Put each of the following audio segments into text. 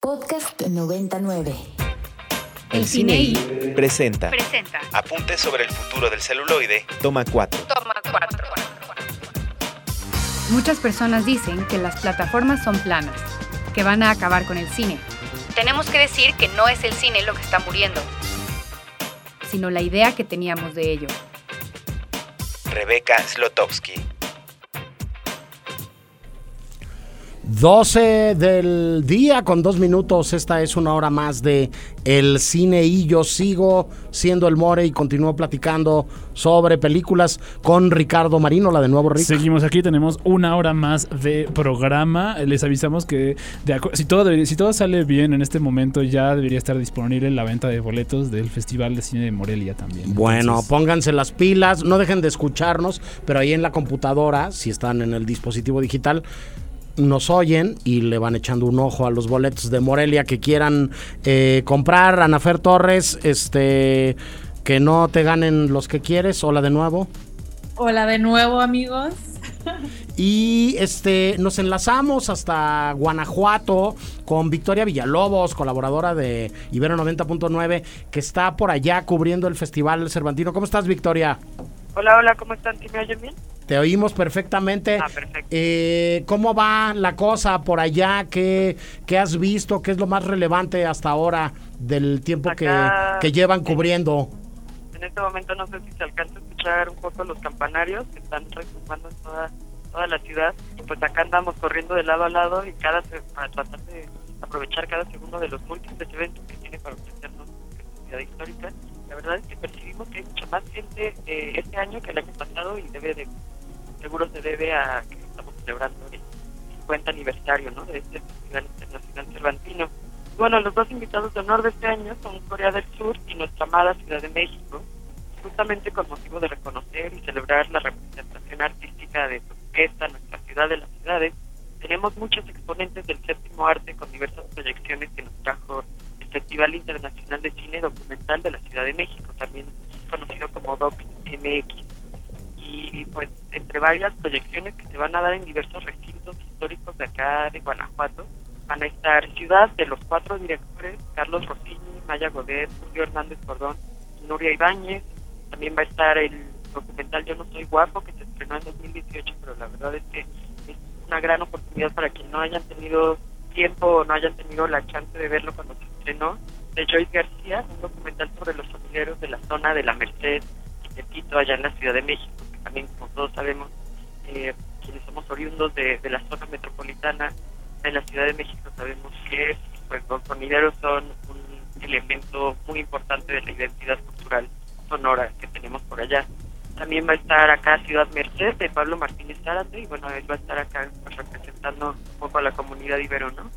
Podcast 99. El Cine presenta Apuntes sobre el futuro del celuloide, toma 4. Muchas personas dicen que las plataformas son planas, que van a acabar con el cine. Tenemos que decir que no es el cine lo que está muriendo, sino la idea que teníamos de ello. Rebeca Zlotowski. 12 del día con 2 minutos. Esta es una hora más de El Cine y yo sigo siendo el More y continúo platicando sobre películas con Ricardo Marín. Hola de nuevo, Rick. Seguimos aquí, tenemos una hora más de programa. Les avisamos que si todo sale bien en este momento, ya debería estar disponible la venta de boletos del Festival de Cine de Morelia también. Bueno, entonces, pónganse las pilas, no dejen de escucharnos, pero ahí en la computadora, si están en el dispositivo digital, nos oyen y le van echando un ojo a los boletos de Morelia que quieran comprar. Anafer Torres, que no te ganen los que quieres. Hola de nuevo. Hola de nuevo, amigos. Y nos enlazamos hasta Guanajuato con Victoria Villalobos, colaboradora de Ibero 90.9, que está por allá cubriendo el Festival Cervantino. ¿Cómo estás, Victoria? Hola, ¿cómo están? ¿Sí me oyen bien? Te oímos perfectamente. Perfecto. ¿Cómo va la cosa por allá? ¿Qué has visto? ¿Qué es lo más relevante hasta ahora del tiempo que llevan cubriendo? En este momento no sé si se alcanza a escuchar un poco los campanarios que están retumbando en toda la ciudad. Y pues acá andamos corriendo de lado a lado y para tratar de aprovechar cada segundo de los múltiples eventos que tiene para ofrecernos esta ciudad histórica. La verdad es que percibimos que hay mucha más gente este año que el año pasado y seguro se debe a que estamos celebrando el 50 aniversario, ¿no?, de este Festival Internacional Cervantino. Bueno, los dos invitados de honor de este año son Corea del Sur y nuestra amada Ciudad de México, justamente con motivo de reconocer y celebrar la representación artística de esta, nuestra ciudad de las ciudades. Tenemos muchos exponentes del séptimo arte con diversas proyecciones que nos trajo el Festival Internacional de Cine Documental de la Ciudad de México, también conocido como DocMX. Y pues entre varias proyecciones que se van a dar en diversos recintos históricos de acá de Guanajuato, van a estar Ciudad de los 4 directores, Carlos Rossini, Maya Godet, Julio Hernández Cordón y Nuria Ibáñez. También va a estar el documental Yo no soy guapo, que se estrenó en 2018, pero la verdad es que es una gran oportunidad para quien no hayan tenido tiempo o no hayan tenido la chance de verlo cuando se estrenó, de Joyce García, un documental sobre los familiares de la zona de la Merced y Tepito, allá en la Ciudad de México. También, como todos sabemos, quienes somos oriundos de la zona metropolitana de la Ciudad de México, sabemos que pues los sonideros son un elemento muy importante de la identidad cultural sonora que tenemos por allá. También va a estar acá Ciudad Merced de Pablo Martínez Zárate, y bueno, él va a estar acá pues, representando un poco a la comunidad ibero, ¿no?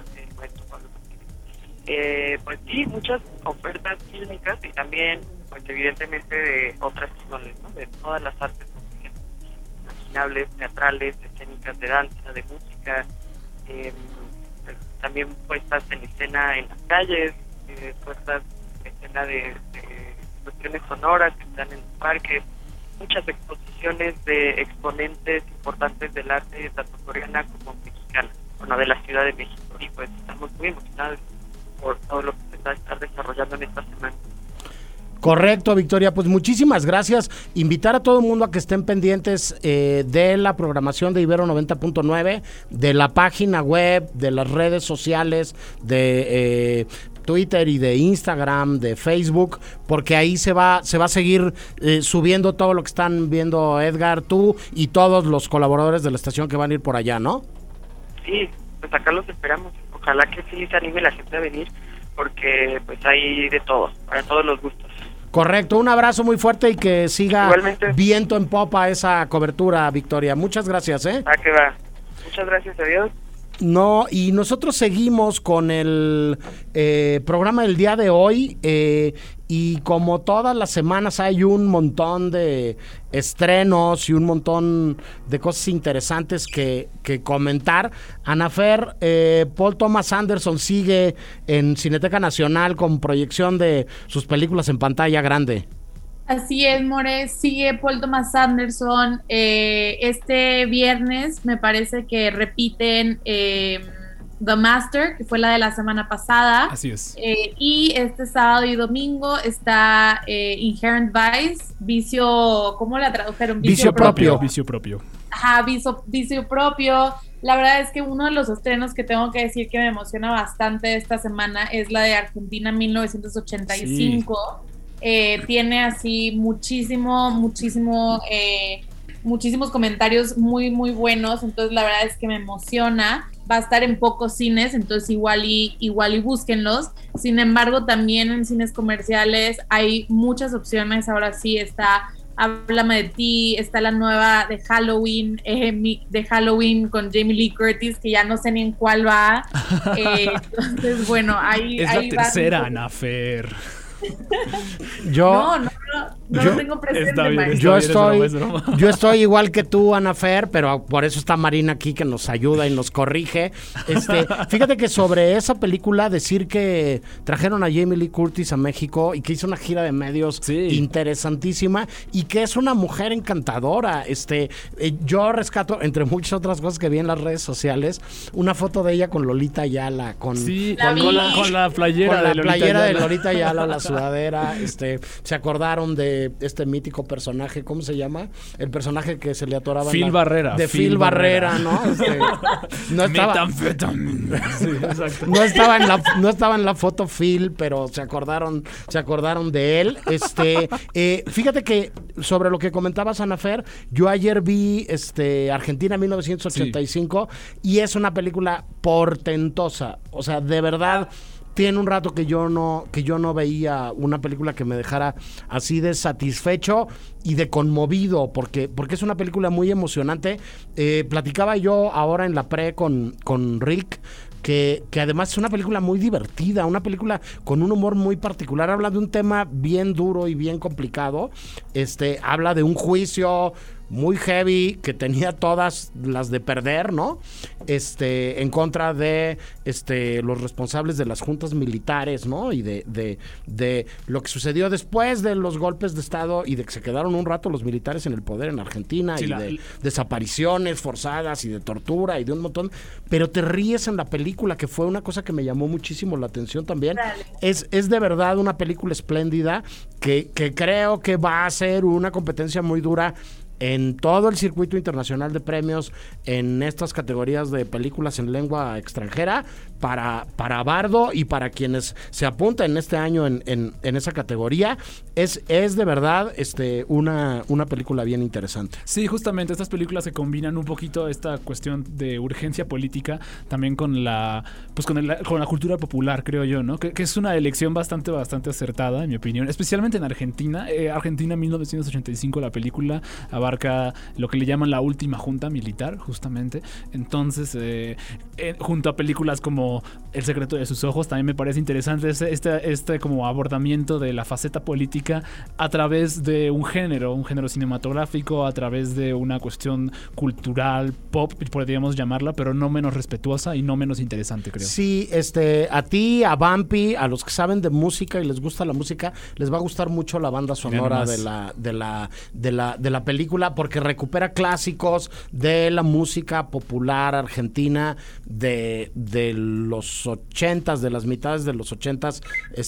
Pues sí, muchas ofertas fílmicas y también pues evidentemente de otras índoles, ¿no?, de todas las artes imaginables, teatrales, escénicas, de danza, de música, pues, también puestas en escena en las calles, puestas en escena de cuestiones sonoras que están en los parques, muchas exposiciones de exponentes importantes del arte tanto coreana como mexicana, bueno, de la Ciudad de México, y pues estamos muy emocionados por todo lo que se va a estar desarrollando en esta semana. Correcto, Victoria, pues muchísimas gracias. Invitar a todo el mundo a que estén pendientes de la programación de Ibero 90.9, de la página web, de las redes sociales, de Twitter y de Instagram, de Facebook, porque ahí se va a seguir subiendo todo lo que están viendo Edgar, tú y todos los colaboradores de la estación que van a ir por allá, ¿no? Sí, pues acá los esperamos. Ojalá que sí se anime la gente a venir, porque pues hay de todo, para todos los gustos. Correcto, un abrazo muy fuerte y que siga igualmente viento en popa esa cobertura, Victoria. Muchas gracias, que va. Muchas gracias, adiós. No, y nosotros seguimos con el programa del día de hoy y como todas las semanas hay un montón de estrenos y un montón de cosas interesantes que comentar. Anafer, Paul Thomas Anderson sigue en Cineteca Nacional con proyección de sus películas en pantalla grande. Así es, More, sigue Paul Thomas Anderson. Este viernes me parece que repiten The Master, que fue la de la semana pasada. Así es. Y este sábado y domingo está Inherent Vice, vicio, ¿cómo la tradujeron? Vicio propio. Vicio propio. Ajá, vicio propio. La verdad es que uno de los estrenos que tengo que decir que me emociona bastante esta semana es la de Argentina 1985. Sí. Tiene así muchísimos comentarios muy, muy buenos, entonces la verdad es que me emociona. Va a estar en pocos cines, entonces igual y búsquenlos. Sin embargo, también en cines comerciales hay muchas opciones. Ahora sí está Háblame de ti, está la nueva de Halloween con Jamie Lee Curtis, que ya no sé ni en cuál va. Entonces, bueno, ahí es ahí la tercera, Anafer. No lo tengo presente. Yo estoy igual que tú, Anafer, pero por eso está Marina aquí que nos ayuda y nos corrige. Fíjate que sobre esa película, decir que trajeron a Jamie Lee Curtis a México y que hizo una gira de medios interesantísima y que es una mujer encantadora. Yo rescato, entre muchas otras cosas que vi en las redes sociales, una foto de ella con Lolita Ayala, con la playera de Lolita Ayala, la sudadera. Se acordaron de este mítico personaje, ¿cómo se llama? El personaje que se le atoraba Phil Barrera. De Phil Barrera, ¿no? No estaba sí, exacto. No estaba en la foto Phil, pero se acordaron de él. Fíjate que sobre lo que comentabas, Anafer, yo ayer vi Argentina 1985 y es una película portentosa. O sea, de verdad, tiene un rato que yo no veía una película que me dejara así de satisfecho y de conmovido, porque es una película muy emocionante. Platicaba yo ahora en la pre con Rick, que además es una película muy divertida, una película con un humor muy particular. Habla de un tema bien duro y bien complicado. Habla de un juicio muy heavy que tenía todas las de perder, ¿no? En contra de los responsables de las juntas militares, ¿no? Y de lo que sucedió después de los golpes de Estado y de que se quedaron un rato los militares en el poder en Argentina, y de desapariciones forzadas y de tortura y de un montón. Pero te ríes en la película, que fue una cosa que me llamó muchísimo la atención también. Es de verdad una película espléndida que creo que va a ser una competencia muy dura en todo el circuito internacional de premios en estas categorías de películas en lengua extranjera para Bardo y para quienes se apuntan este año en esa categoría. Es de verdad una película bien interesante. Sí, justamente estas películas que combinan un poquito esta cuestión de urgencia política también con la cultura popular, creo yo, ¿no? Que es una elección bastante acertada, en mi opinión, especialmente en Argentina. Argentina 1985, la película abarca lo que le llaman la última junta militar, justamente. Entonces, junto a películas como El secreto de sus ojos, también me parece interesante este como abordamiento de la faceta política a través de un género cinematográfico, a través de una cuestión cultural, pop, podríamos llamarla, pero no menos respetuosa y no menos interesante, creo. Sí, a ti, a Vampi, a los que saben de música y les gusta la música, les va a gustar mucho la banda sonora de la película, porque recupera clásicos de la música popular argentina de los 80s, de las mitades de los 80s,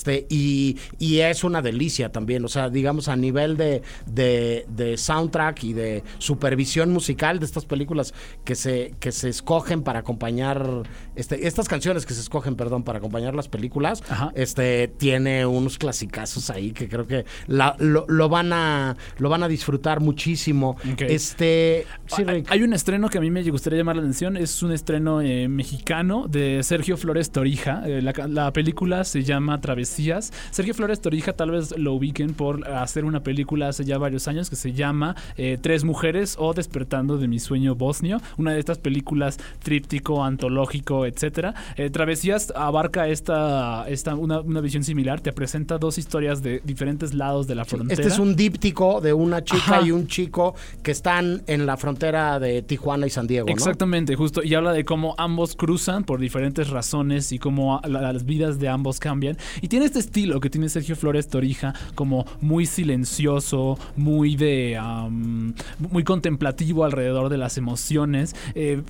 y es una delicia también, o sea, digamos a nivel de soundtrack y de supervisión musical de estas películas que se escogen para acompañar estas canciones que se escogen, para acompañar las películas. Ajá. Tiene unos clasicazos ahí que creo que lo van a disfrutar muchísimo. Okay. Sí, hay un estreno que a mí me gustaría llamar la atención, es un estreno mexicano de Sergio Flores Torija. La película se llama Travesías. Sergio Flores Torija tal vez lo ubiquen por hacer una película hace ya varios años que se llama Tres Mujeres o Despertando de mi sueño bosnio, una de estas películas tríptico, antológico, etcétera. Travesías abarca una visión similar, te presenta dos historias de diferentes lados de la frontera. Este es un díptico de una chica y un chico que están en la frontera de Tijuana y San Diego, ¿no? Exactamente, justo, y habla de cómo ambos cruzan por diferentes razones y cómo las vidas de ambos cambian. Y tiene este estilo que tiene Sergio Flores Torija, como muy silencioso, muy contemplativo alrededor de las emociones.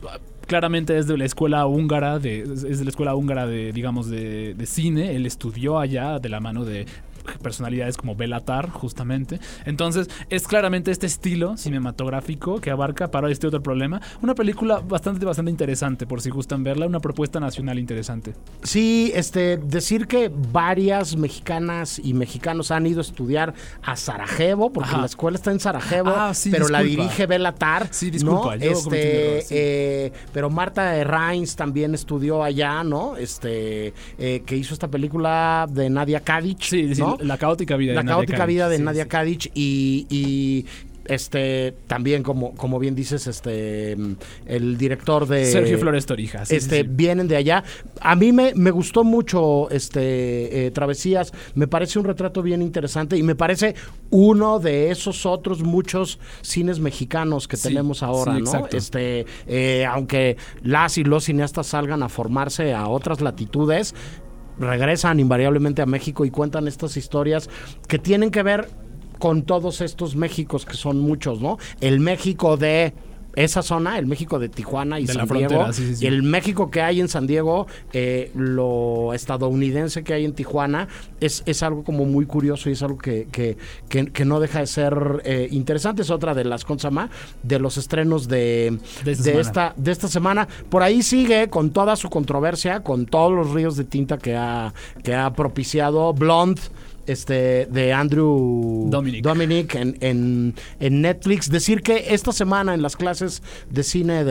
claramente es de la escuela húngara digamos, de cine. Él estudió allá de la mano de personalidades como Béla Tarr, justamente. Entonces, es claramente este estilo cinematográfico que abarca para este otro problema. Una película bastante interesante, por si gustan verla, una propuesta nacional interesante. Sí, decir que varias mexicanas y mexicanos han ido a estudiar a Sarajevo, porque la escuela está en Sarajevo, sí, pero disculpa. la dirige Béla Tarr. Sí, disculpa, ¿no? yo cometí un error, sí. Pero Marta Reins también estudió allá, ¿no? Que hizo esta película de Nadia Kadic, sí, ¿no? La caótica vida de Nadia Kadic y también como bien dices, el director de Sergio Flores Torija, vienen de allá. A mí me gustó mucho Travesías, me parece un retrato bien interesante y me parece uno de esos otros muchos cines mexicanos que tenemos ahora, ¿no? Aunque las y los cineastas salgan a formarse a otras latitudes, regresan invariablemente a México y cuentan estas historias que tienen que ver con todos estos Méxicos, que son muchos, ¿no? El México de esa zona, el México de Tijuana y de San Diego, frontera, y el México que hay en San Diego, lo estadounidense que hay en Tijuana, es algo como muy curioso y es algo que no deja de ser interesante. Es otra de las de los estrenos de esta semana. Por ahí sigue con toda su controversia, con todos los ríos de tinta que ha propiciado Blonde, de Andrew Dominic en Netflix. Decir que esta semana en las clases de cine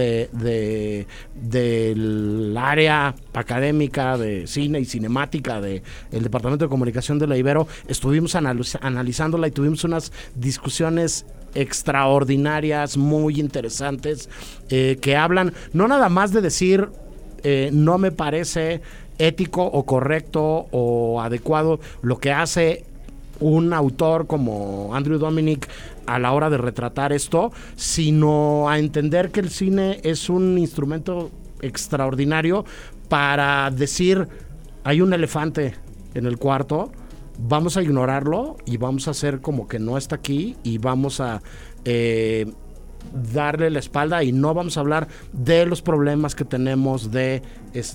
del área académica de cine y cinemática del Departamento de Comunicación de la Ibero, estuvimos analizándola y tuvimos unas discusiones extraordinarias, muy interesantes, que hablan no nada más de decir no me parece ético o correcto o adecuado lo que hace un autor como Andrew Dominic a la hora de retratar esto, sino a entender que el cine es un instrumento extraordinario para decir, hay un elefante en el cuarto, vamos a ignorarlo y vamos a hacer como que no está aquí y vamos a darle la espalda y no vamos a hablar de los problemas que tenemos de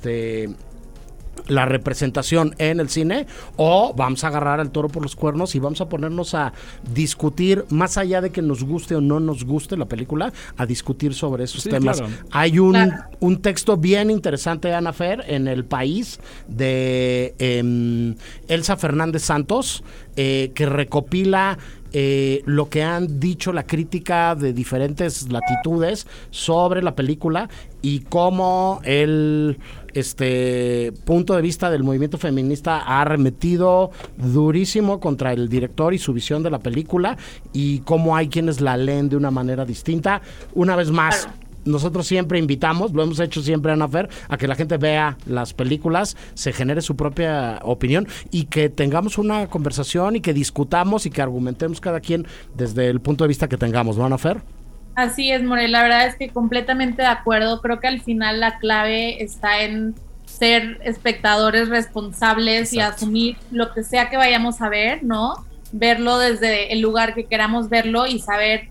la representación en el cine, o vamos a agarrar al toro por los cuernos y vamos a ponernos a discutir, más allá de que nos guste o no nos guste la película, a discutir sobre esos temas. Claro. Hay un texto bien interesante, Ana Fer, en El País, de Elsa Fernández Santos, que recopila lo que han dicho la crítica de diferentes latitudes sobre la película y cómo el punto de vista del movimiento feminista ha arremetido durísimo contra el director y su visión de la película, y cómo hay quienes la leen de una manera distinta. Una vez más, nosotros siempre invitamos, lo hemos hecho siempre, Ana Fer, a que la gente vea las películas, se genere su propia opinión y que tengamos una conversación y que discutamos y que argumentemos cada quien desde el punto de vista que tengamos, ¿no, Ana Fer? Así es, Morel, la verdad es que completamente de acuerdo. Creo que al final la clave está en ser espectadores responsables. Exacto. Y asumir lo que sea que vayamos a ver, ¿no? Verlo desde el lugar que queramos verlo y saber,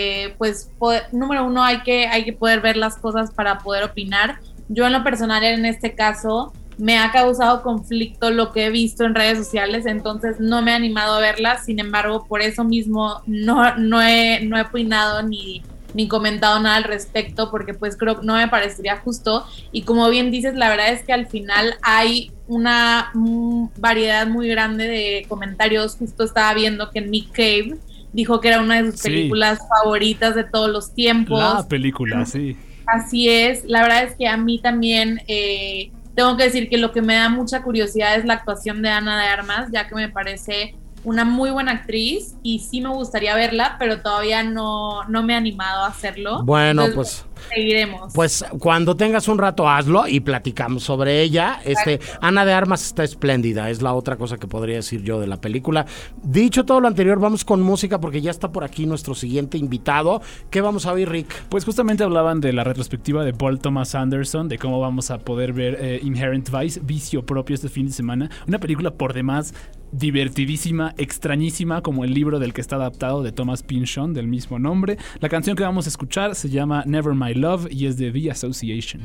número uno, hay que poder ver las cosas para poder opinar. Yo en lo personal, en este caso, me ha causado conflicto lo que he visto en redes sociales, entonces no me he animado a verlas. Sin embargo, por eso mismo no he opinado ni comentado nada al respecto, porque pues creo que no me parecería justo. Y como bien dices, la verdad es que al final hay una variedad muy grande de comentarios. Justo estaba viendo que Nick Cave dijo que era una de sus películas favoritas de todos los tiempos. La película, sí. Así es. La verdad es que a mí también tengo que decir que lo que me da mucha curiosidad es la actuación de Ana de Armas, ya que me parece una muy buena actriz y sí me gustaría verla, pero todavía no me he animado a hacerlo. Bueno, entonces, pues seguiremos. Pues cuando tengas un rato hazlo y platicamos sobre ella. Ana de Armas está espléndida, es la otra cosa que podría decir yo de la película. Dicho todo lo anterior, vamos con música porque ya está por aquí nuestro siguiente invitado. ¿Qué vamos a oír, Rick? Pues justamente hablaban de la retrospectiva de Paul Thomas Anderson, de cómo vamos a poder ver Inherent Vice, Vicio Propio, este fin de semana. Una película por demás divertidísima, extrañísima, como el libro del que está adaptado de Thomas Pynchon, del mismo nombre. La canción que vamos a escuchar se llama Never My My Love y es de The Association.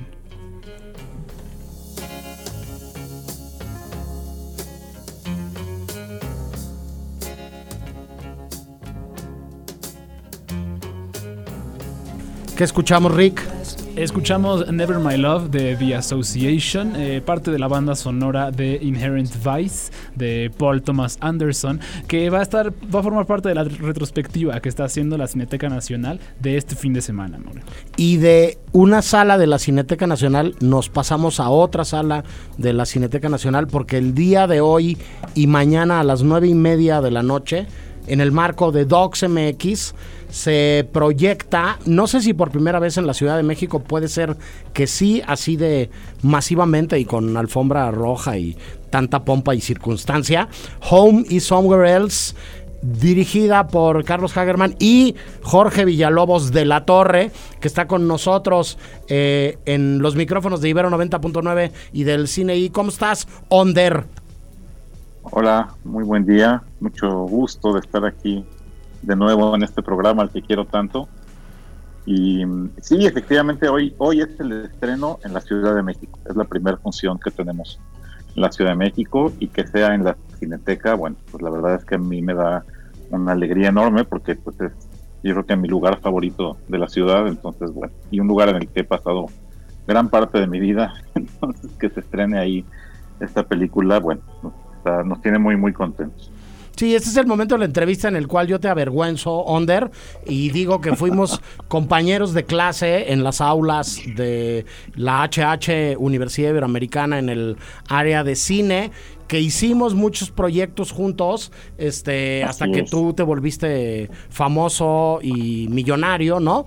¿Qué escuchamos, Rick? Escuchamos Never My Love de The Association, parte de la banda sonora de Inherent Vice de Paul Thomas Anderson, que va a formar parte de la retrospectiva que está haciendo la Cineteca Nacional de este fin de semana, Mauro. Y de una sala de la Cineteca Nacional nos pasamos a otra sala de la Cineteca Nacional, porque el día de hoy y mañana a las 9:30 de la noche, en el marco de Docs MX, se proyecta, no sé si por primera vez en la Ciudad de México, puede ser que sí, así de masivamente y con alfombra roja y tanta pompa y circunstancia, Home is Somewhere Else, dirigida por Carlos Hagerman y Jorge Villalobos de la Torre, que está con nosotros en los micrófonos de Ibero 90.9 y del Cine I. ¿Cómo estás, Onder? Hola, muy buen día, mucho gusto de estar aquí de nuevo en este programa al que quiero tanto. Y sí, efectivamente hoy es el estreno en la Ciudad de México, es la primera función que tenemos en la Ciudad de México, y que sea en la Cineteca, bueno, pues la verdad es que a mí me da una alegría enorme, porque pues yo creo que es mi lugar favorito de la ciudad, entonces bueno, y un lugar en el que he pasado gran parte de mi vida, entonces que se estrene ahí esta película, bueno, nos tiene muy muy contentos. Sí, este es el momento de la entrevista en el cual yo te avergüenzo, Onder, y digo que fuimos compañeros de clase en las aulas de la HH Universidad Iberoamericana en el área de cine, que hicimos muchos proyectos juntos, hasta que tú te volviste famoso y millonario, ¿no?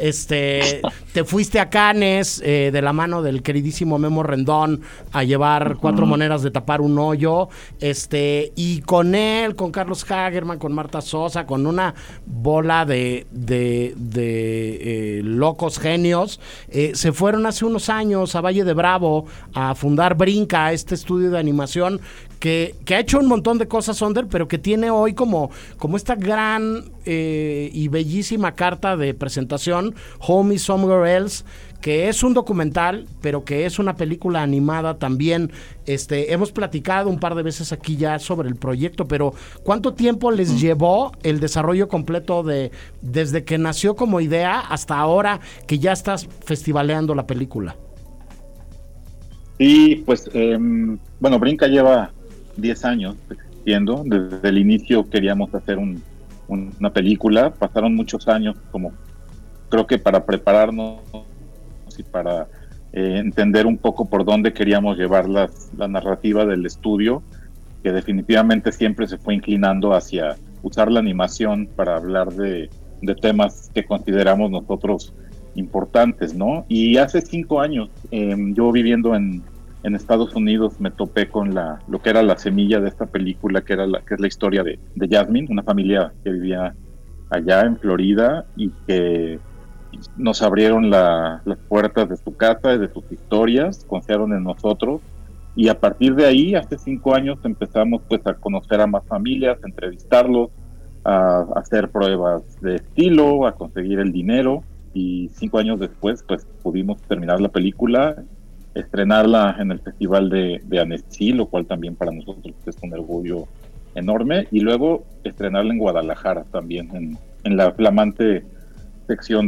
Te fuiste a Cannes de la mano del queridísimo Memo Rendón a llevar 4 monedas de tapar un hoyo, y con él, con Carlos Hagerman, con Marta Sosa, con una bola de locos genios, se fueron hace unos años a Valle de Bravo a fundar Brinca, este estudio de animación que ha hecho un montón de cosas, Onder, pero que tiene hoy como esta gran y bellísima carta de presentación, Home is Somewhere Else, que es un documental, pero que es una película animada también. Hemos platicado un par de veces aquí ya sobre el proyecto, pero ¿cuánto tiempo les llevó el desarrollo completo desde que nació como idea hasta ahora que ya estás festivaleando la película? Sí, pues, bueno, Brinca lleva 10 años existiendo. Desde el inicio queríamos hacer una película. Pasaron muchos años, como creo que para prepararnos y para entender un poco por dónde queríamos llevar la narrativa del estudio, que definitivamente siempre se fue inclinando hacia usar la animación para hablar de temas que consideramos nosotros importantes, ¿no? Y hace 5 años, yo viviendo en Estados Unidos, me topé con lo que era la semilla de esta película, que es la historia de Jasmine, una familia que vivía allá en Florida y que nos abrieron las puertas de su casa y de sus historias, confiaron en nosotros, y a partir de ahí, hace 5 años, empezamos pues a conocer a más familias, a entrevistarlos, a hacer pruebas de estilo, a conseguir el dinero, y 5 años después pues pudimos terminar la película, estrenarla en el Festival de Annecy, lo cual también para nosotros es un orgullo enorme, y luego estrenarla en Guadalajara también, en la flamante sección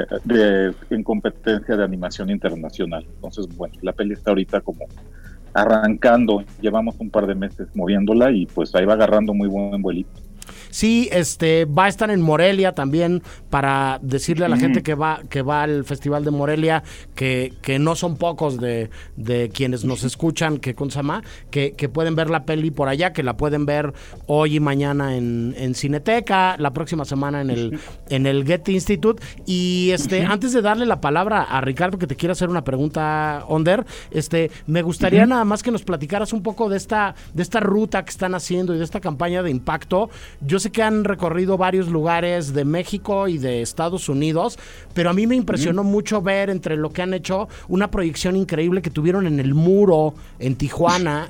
en competencia de animación internacional. Entonces, bueno, la peli está ahorita como arrancando, llevamos un par de meses moviéndola y pues ahí va agarrando muy buen vuelito. Sí, va a estar en Morelia también, para decirle a la gente que va al Festival de Morelia, que no son pocos de quienes nos escuchan, que pueden ver la peli por allá, que la pueden ver hoy y mañana en Cineteca, la próxima semana en el Goethe Institute. Y antes de darle la palabra a Ricardo, que te quiere hacer una pregunta, Onder, me gustaría nada más que nos platicaras un poco de esta ruta que están haciendo y de esta campaña de impacto. Yo sé que han recorrido varios lugares de México y de Estados Unidos, pero a mí me impresionó mucho ver entre lo que han hecho una proyección increíble que tuvieron en el Muro, en Tijuana,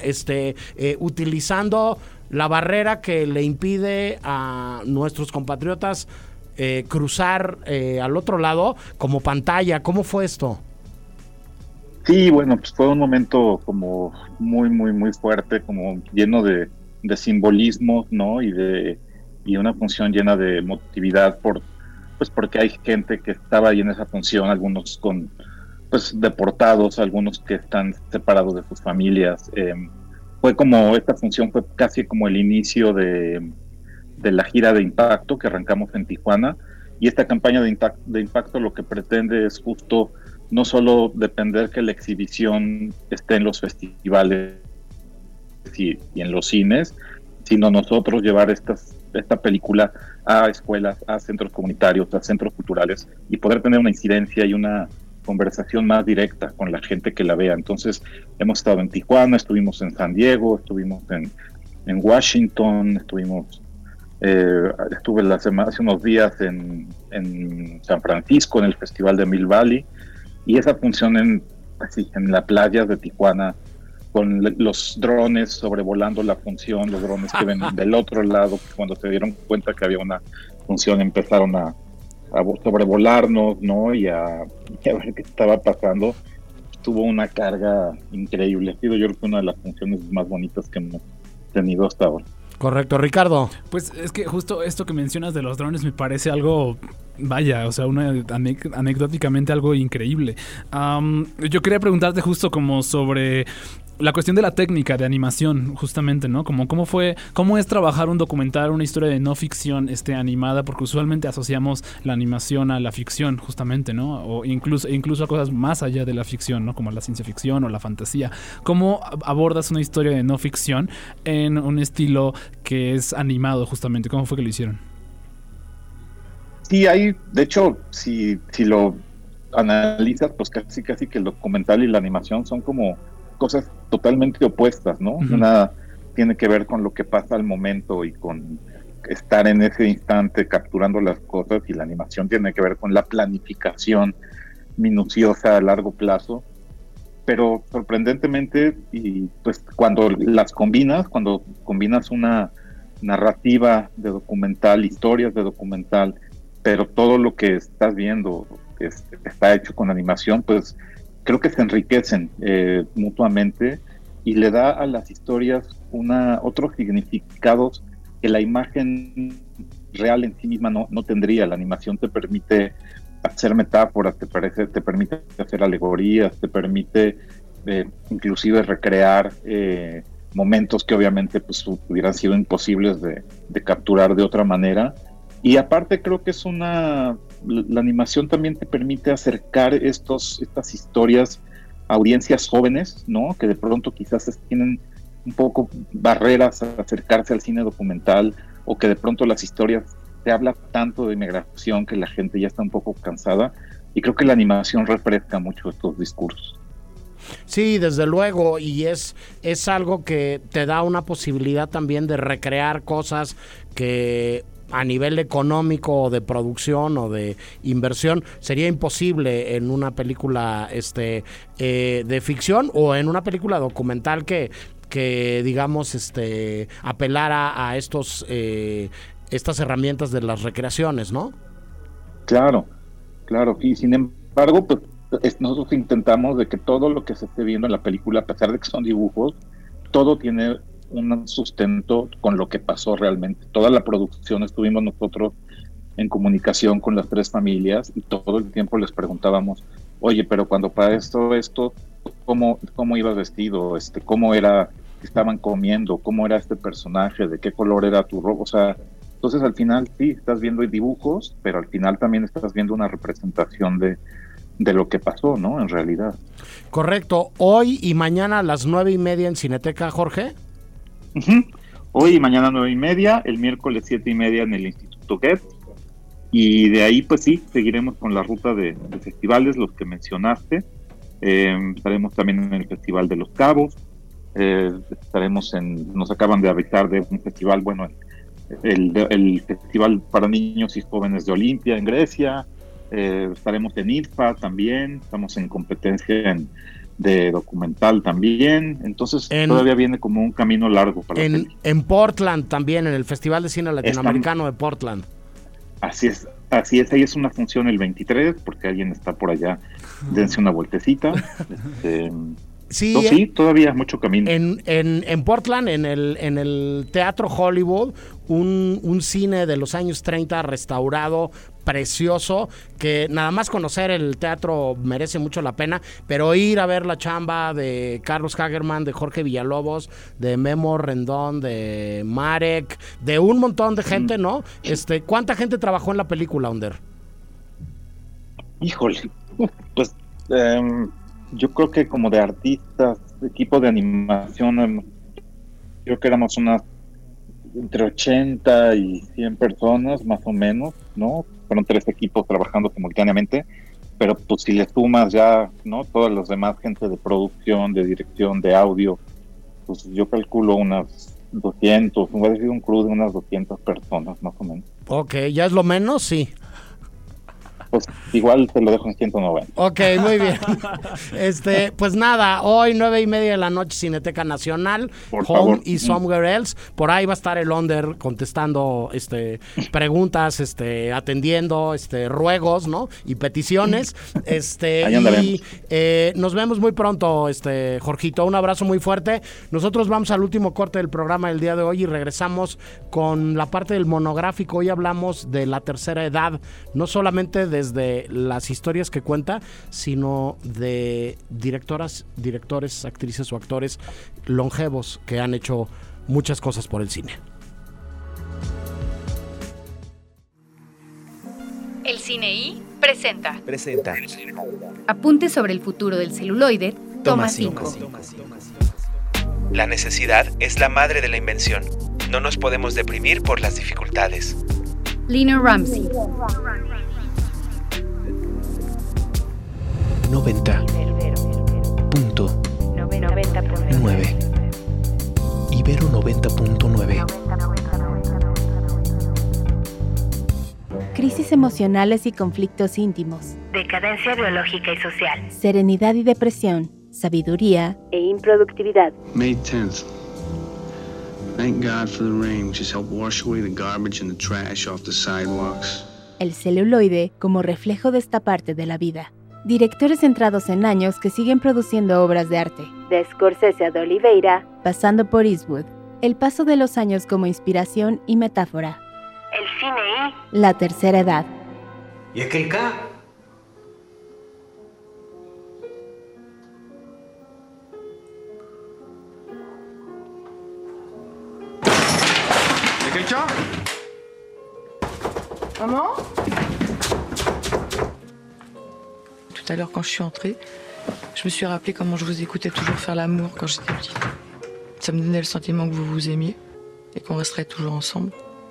utilizando la barrera que le impide a nuestros compatriotas cruzar al otro lado como pantalla. ¿Cómo fue esto? Sí, bueno, pues fue un momento como muy, muy, muy fuerte, como lleno de simbolismo, ¿no? Y una función llena de emotividad porque hay gente que estaba ahí en esa función, algunos deportados, algunos que están separados de sus familias. Esta función fue casi como el inicio de la gira de Impacto que arrancamos en Tijuana, y esta campaña de Impacto lo que pretende es justo no solo depender que la exhibición esté en los festivales y en los cines, sino nosotros llevar esta película a escuelas, a centros comunitarios, a centros culturales, y poder tener una incidencia y una conversación más directa con la gente que la vea. Entonces hemos estado en Tijuana, estuvimos en San Diego, estuvimos en Washington, estuve hace unos días en San Francisco, en el Festival de Mill Valley, y esa función en la playa de Tijuana, con los drones sobrevolando la función, los drones que ven del otro lado, cuando se dieron cuenta que había una función empezaron a sobrevolarnos, ¿no? Y a ver qué estaba pasando. Tuvo una carga increíble. Ha sido, yo creo, que una de las funciones más bonitas que hemos tenido hasta ahora. Correcto, Ricardo. Pues es que justo esto que mencionas de los drones me parece algo, vaya, o sea, anecdóticamente algo increíble. Yo quería preguntarte justo como sobre la cuestión de la técnica de animación, justamente, ¿no? ¿Cómo es trabajar un documental, una historia de no ficción animada? Porque usualmente asociamos la animación a la ficción, justamente, ¿no? O incluso a cosas más allá de la ficción, ¿no? Como la ciencia ficción o la fantasía. ¿Cómo abordas una historia de no ficción en un estilo que es animado, justamente? ¿Cómo fue que lo hicieron? Sí, de hecho, si lo analizas, pues casi que el documental y la animación son como cosas totalmente opuestas, ¿no? Uh-huh. Una tiene que ver con lo que pasa al momento y con estar en ese instante capturando las cosas, y la animación tiene que ver con la planificación minuciosa a largo plazo. Pero sorprendentemente, y pues cuando combinas una narrativa de documental, historias de documental, pero todo lo que estás viendo está hecho con animación, pues creo que se enriquecen mutuamente, y le da a las historias otros significados que la imagen real en sí misma no tendría. La animación te permite hacer metáforas, te permite hacer alegorías, te permite inclusive recrear momentos que obviamente pues hubieran sido imposibles de capturar de otra manera. Y aparte creo que la animación también te permite acercar estas historias a audiencias jóvenes, ¿no? Que de pronto quizás tienen un poco barreras a acercarse al cine documental, o que de pronto las historias te hablan tanto de migración que la gente ya está un poco cansada, y creo que la animación refresca mucho estos discursos. Sí, desde luego, y es algo que te da una posibilidad también de recrear cosas que a nivel económico o de producción o de inversión sería imposible en una película de ficción, o en una película documental que digamos apelara a estas herramientas de las recreaciones, ¿no? Claro, y sin embargo, pues nosotros intentamos de que todo lo que se esté viendo en la película, a pesar de que son dibujos, todo tiene un sustento con lo que pasó realmente. Toda la producción estuvimos nosotros en comunicación con las tres familias, y todo el tiempo les preguntábamos, oye, pero cuando pasó esto, ¿cómo ibas vestido? ¿Cómo era que estaban comiendo? ¿Cómo era este personaje? ¿De qué color era tu ropa? O sea, entonces al final sí, estás viendo dibujos, pero al final también estás viendo una representación de lo que pasó, ¿no? En realidad. Correcto. Hoy y mañana a las 9:30 en Cineteca, Jorge. Uh-huh. Hoy y mañana 9:30, el miércoles 7:30 en el Instituto Goethe, y de ahí pues sí, seguiremos con la ruta de festivales, los que mencionaste. Estaremos también en el Festival de Los Cabos, nos acaban de avisar de un festival, bueno, el Festival para Niños y Jóvenes de Olimpia en Grecia. Estaremos en IDFA también, estamos en competencia de documental también, entonces todavía viene como un camino largo para en Portland también, en el Festival de Cine Latinoamericano de Portland. Así es, Así es, ahí es una función el 23, porque alguien está por allá, dense una vueltecita. Sí, todavía mucho camino. En Portland, en el Teatro Hollywood, un cine de los años 30 restaurado, precioso, que nada más conocer el teatro merece mucho la pena, pero ir a ver la chamba de Carlos Hagerman, de Jorge Villalobos, de Memo Rendón, de Marek, de un montón de gente, ¿no? ¿Cuánta gente trabajó en la película, Onder? Híjole, pues yo creo que como de artistas, equipo de animación, creo que éramos unas entre 80 y 100 personas, más o menos, ¿no? Fueron 3 equipos trabajando simultáneamente, pero pues si le sumas ya, ¿no? Todos los demás, gente de producción, de dirección, de audio, pues yo calculo unas 200, hubiera sido un crew de unas 200 personas, más o menos. Ok, ¿ya es lo menos? Sí. Pues igual te lo dejo en 190. Ok, muy bien. Pues nada, hoy 9:30 p.m, Cineteca Nacional, por Home favor. y Somewhere Else. Por ahí va a estar el Onder contestando preguntas, atendiendo ruegos, ¿no? Y peticiones. Ahí andaremos. Nos vemos muy pronto, Jorgito. Un abrazo muy fuerte. Nosotros vamos al último corte del programa del día de hoy y regresamos con la parte del monográfico. Hoy hablamos de la tercera edad, no solamente desde las historias que cuenta, sino de directores, actrices o actores longevos que han hecho muchas cosas por el cine. El Cine I presenta Apuntes sobre el futuro del celuloide, toma 5. La necesidad es la madre de la invención. No nos podemos deprimir por las dificultades. Lina Ramsey. 90.9 Ibero 90.9. Crisis emocionales y conflictos íntimos. Decadencia biológica y social. Serenidad y depresión. Sabiduría e improductividad. May 10th. Thank God for the rain, which has helped wash away the garbage and the trash off the sidewalks. El celuloide como reflejo de esta parte de la vida. Directores centrados en años que siguen produciendo obras de arte. De Scorsese a de Oliveira, pasando por Eastwood. El paso de los años como inspiración y metáfora. El Cine I. La tercera edad. ¿Y es quelqu'un? ¿Y quelqu'un? Maman? Tout à l'heure, quand je suis entrée, je me suis rappelé comment je vous écoutais toujours faire l'amour quand j'étais petite. Ça me donnait le sentiment que vous vous aimiez et qu'on resterait toujours ensemble.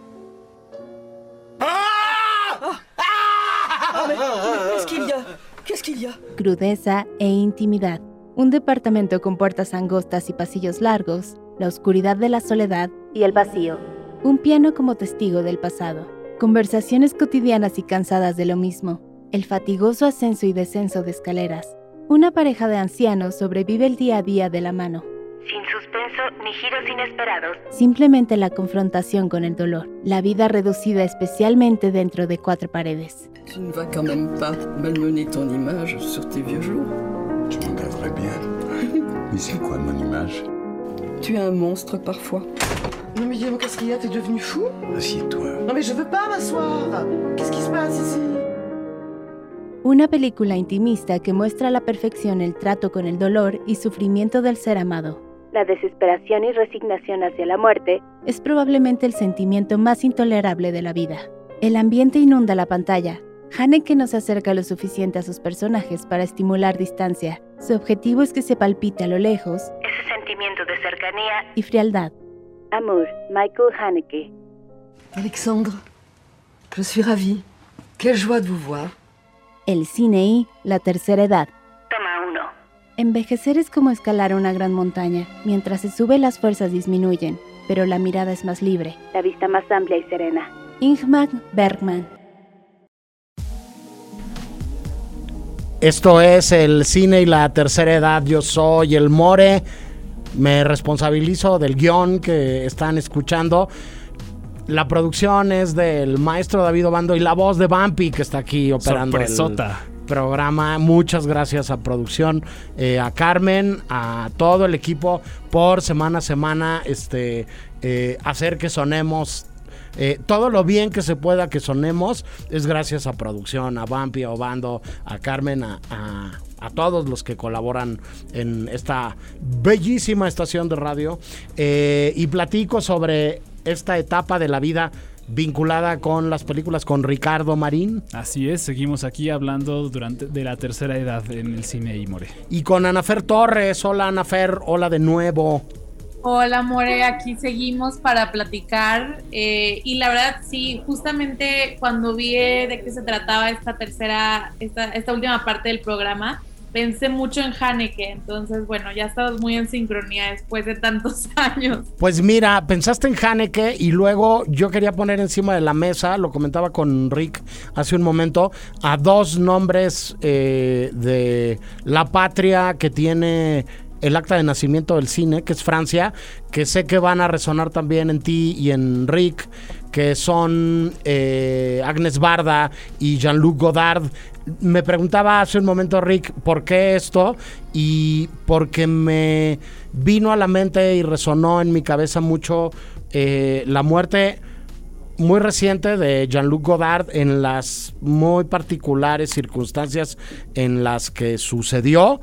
¿Qué es qu'il y a? Crudeza e intimidad. Un departamento con puertas angostas y pasillos largos, la oscuridad de la soledad y el vacío. Un piano como testigo del pasado. Conversaciones cotidianas y cansadas de lo mismo. El fatigoso ascenso y descenso de escaleras. Una pareja de ancianos sobrevive el día a día de la mano. Sin suspenso ni giros inesperados. Simplemente la confrontación con el dolor. La vida reducida especialmente dentro de 4 paredes. Tu ne vas quand même pas malmener ton image sur tes vieux jours. Je m'en garderai bien. Mais c'est quoi mon image? Tu es un monstre parfois. Non mais dis-moi, qu'est-ce qu'il y a? T'es devenu fou? Assieds-toi. Non mais je veux pas m'asseoir. Qu'est-ce qui se passe ici? Una película intimista que muestra a la perfección el trato con el dolor y sufrimiento del ser amado. La desesperación y resignación hacia la muerte es probablemente el sentimiento más intolerable de la vida. El ambiente inunda la pantalla. Haneke no se acerca lo suficiente a sus personajes para estimular distancia. Su objetivo es que se palpite a lo lejos ese sentimiento de cercanía y frialdad. Amour, Michael Haneke. Alexandre, je suis ravie. Quelle joie de vous voir. El Cine I, la tercera edad. Toma 1. Envejecer es como escalar una gran montaña. Mientras se sube, las fuerzas disminuyen, pero la mirada es más libre, la vista más amplia y serena. Ingmar Bergman. Esto es el Cine y la tercera edad. Yo soy el More. Me responsabilizo del guión que están escuchando. La producción es del maestro David Obando y la voz de Vampi, que está aquí operando Sorpresota. el programa. Muchas gracias a producción, a Carmen, a todo el equipo por semana a semana hacer que sonemos. Todo lo bien que se pueda que sonemos es gracias a producción, a Vampi, a Obando, a Carmen, a todos los que colaboran en esta bellísima estación de radio, y platico sobre esta etapa de la vida vinculada con las películas con Ricardo Marín. Así es, seguimos aquí hablando de la tercera edad en el cine y More. Y con Anafer Torres. Hola Anafer, hola de nuevo. Hola More, aquí seguimos para platicar, y la verdad sí, justamente cuando vi de qué se trataba esta última parte del programa, pensé mucho en Haneke. Entonces bueno, ya estamos muy en sincronía después de tantos años. Pues mira, pensaste en Haneke y luego yo quería poner encima de la mesa, lo comentaba con Rick hace un momento, a dos nombres de la patria que tiene el acta de nacimiento del cine, que es Francia, que sé que van a resonar también en ti y en Rick, que son Agnes Varda y Jean-Luc Godard. Me preguntaba hace un momento, Rick, ¿por qué esto? Y porque me vino a la mente y resonó en mi cabeza mucho la muerte muy reciente de Jean-Luc Godard en las muy particulares circunstancias en las que sucedió.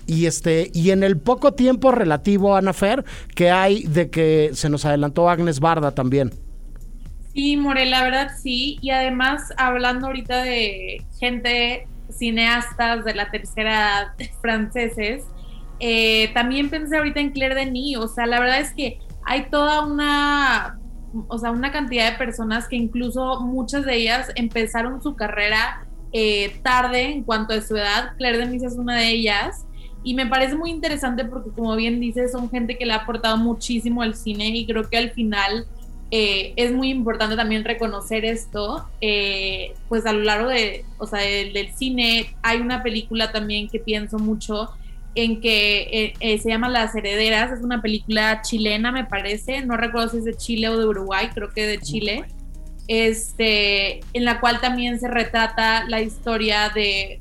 Y en el poco tiempo relativo, Anafer, que hay de que se nos adelantó Agnes Varda también. Sí, More, la verdad sí. Y además, hablando ahorita de gente, cineastas de la tercera edad franceses, también pensé ahorita en Claire Denis. O sea, la verdad es que hay toda una cantidad de personas que incluso muchas de ellas empezaron su carrera tarde en cuanto a su edad. Claire Denis es una de ellas. Y me parece muy interesante porque, como bien dices, son gente que le ha aportado muchísimo al cine, y creo que al final es muy importante también reconocer esto. Pues a lo largo del cine hay una película también que pienso mucho en que se llama Las Herederas. Es una película chilena, me parece, no recuerdo si es de Chile o de Uruguay, creo que de Chile. En la cual también se retrata la historia de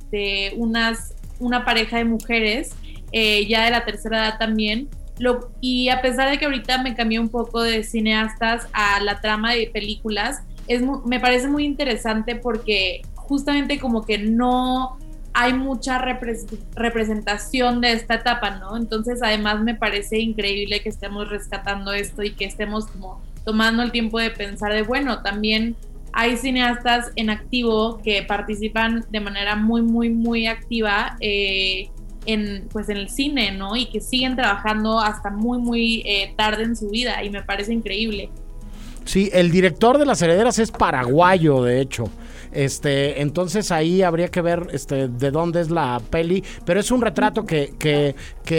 una pareja de mujeres, ya de la tercera edad también, y a pesar de que ahorita me cambié un poco de cineastas a la trama de películas, me parece muy interesante porque justamente como que no hay mucha representación de esta etapa, ¿no? Entonces además me parece increíble que estemos rescatando esto y que estemos como tomando el tiempo de pensar de, bueno, también hay cineastas en activo que participan de manera muy, muy, muy activa en el cine, ¿no? Y que siguen trabajando hasta muy, muy tarde en su vida, y me parece increíble. Sí, el director de Las Herederas es paraguayo, de hecho. Entonces ahí habría que ver de dónde es la peli, pero es un retrato que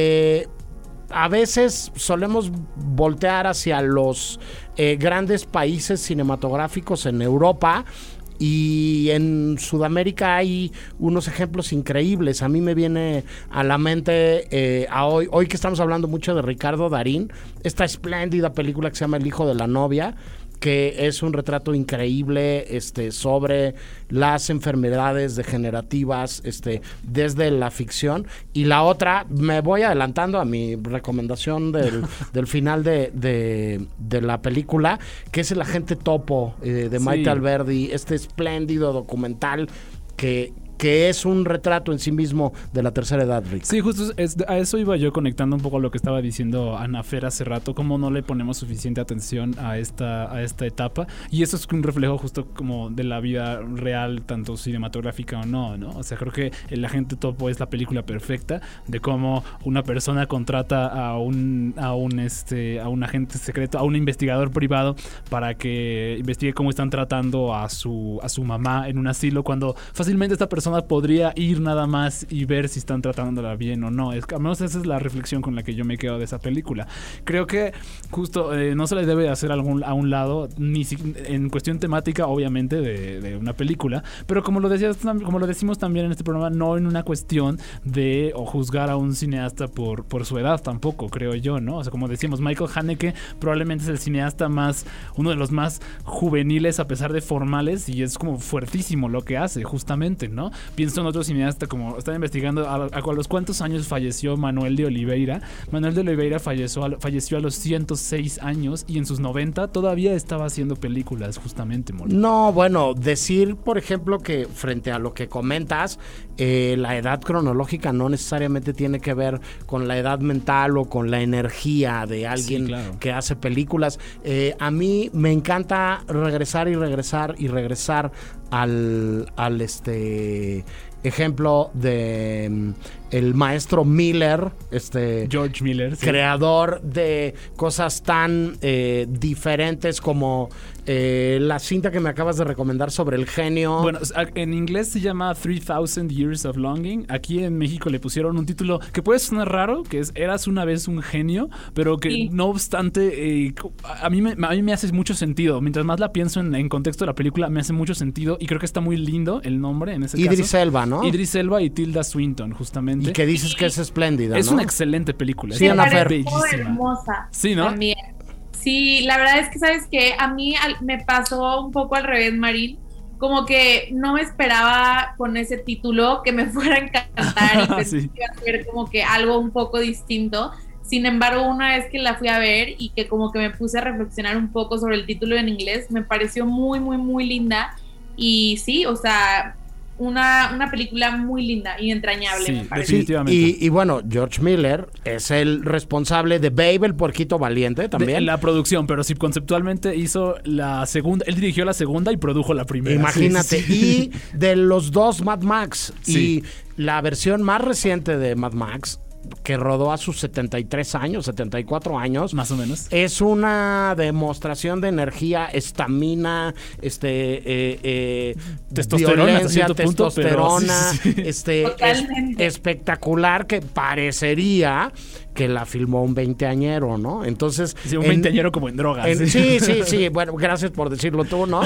a veces solemos voltear hacia los grandes países cinematográficos en Europa, y en Sudamérica hay unos ejemplos increíbles. A mí me viene a la mente hoy que estamos hablando mucho de Ricardo Darín, esta espléndida película que se llama El hijo de la novia, que es un retrato increíble sobre las enfermedades degenerativas desde la ficción. Y la otra, me voy adelantando a mi recomendación del final de la película, que es El agente topo, de Maite Alberdi, este espléndido documental que es un retrato en sí mismo de la tercera edad, Rick. Sí, justo a eso iba yo, conectando un poco a lo que estaba diciendo Anafer hace rato, cómo no le ponemos suficiente atención a esta etapa, y eso es un reflejo justo como de la vida real, tanto cinematográfica o no, ¿no? O sea, creo que El agente topo es la película perfecta de cómo una persona contrata a un agente secreto, a un investigador privado, para que investigue cómo están tratando a su mamá en un asilo, cuando fácilmente esta persona persona podría ir nada más y ver si están tratándola bien o no. Al menos esa es la reflexión con la que yo me quedo de esa película. Creo que justo no se le debe hacer a un lado, ni en cuestión temática, obviamente, de una película, pero como lo decimos también en este programa, no en una cuestión de o juzgar a un cineasta por su edad tampoco, creo yo, ¿no? O sea, como decíamos, Michael Haneke probablemente es el cineasta uno de los más juveniles a pesar de formales, y es como fuertísimo lo que hace, justamente, ¿no? Pienso en otro cineasta, como están investigando a los cuántos años falleció Manuel de Oliveira. Manuel de Oliveira falleció a los 106 años y en sus 90 todavía estaba haciendo películas, justamente, Moni. No, bueno, decir, por ejemplo, que frente a lo que comentas, la edad cronológica no necesariamente tiene que ver con la edad mental o con la energía de alguien que hace películas. A mí me encanta regresar al ejemplo de el maestro Miller, George Miller, sí, creador de cosas tan diferentes como la cinta que me acabas de recomendar sobre el genio. Bueno, en inglés se llama 3000 Years of Longing. Aquí en México le pusieron un título que puede sonar raro, que es Eras una vez un genio, pero que no obstante a mí me hace mucho sentido. Mientras más la pienso en contexto de la película, me hace mucho sentido y creo que está muy lindo el nombre en ese caso. Idris Elba, ¿no? Idris Elba y Tilda Swinton, justamente. Y que dices que es espléndida, es ¿no? una excelente película. Sí, es una bellísima. Hermosa. Sí, ¿no? También. Sí, la verdad es que, ¿sabes qué? A mí me pasó un poco al revés, Marín. Como que no me esperaba con ese título que me fuera a encantar y pensé que iba a ser como que algo un poco distinto. Sin embargo, una vez que la fui a ver y que como que me puse a reflexionar un poco sobre el título en inglés, me pareció muy, muy, muy linda. Y sí, o sea, una película muy linda y entrañable, me parece. Definitivamente. Y bueno, George Miller es el responsable de Babe, el puerquito valiente también. De la producción, pero sí, conceptualmente hizo la segunda, él dirigió la segunda y produjo la primera. Imagínate. Y de los dos Mad Max Sí. y la versión más reciente de Mad Max, que rodó a sus 73 años, 74 años. Más o menos. Es una demostración de energía, estamina, testosterona, violencia, punto, testosterona, pero sí. espectacular, que parecería que la filmó un veinteañero, ¿no? Entonces... Sí, un veinteañero como en drogas. Sí, bueno, gracias por decirlo tú, ¿no?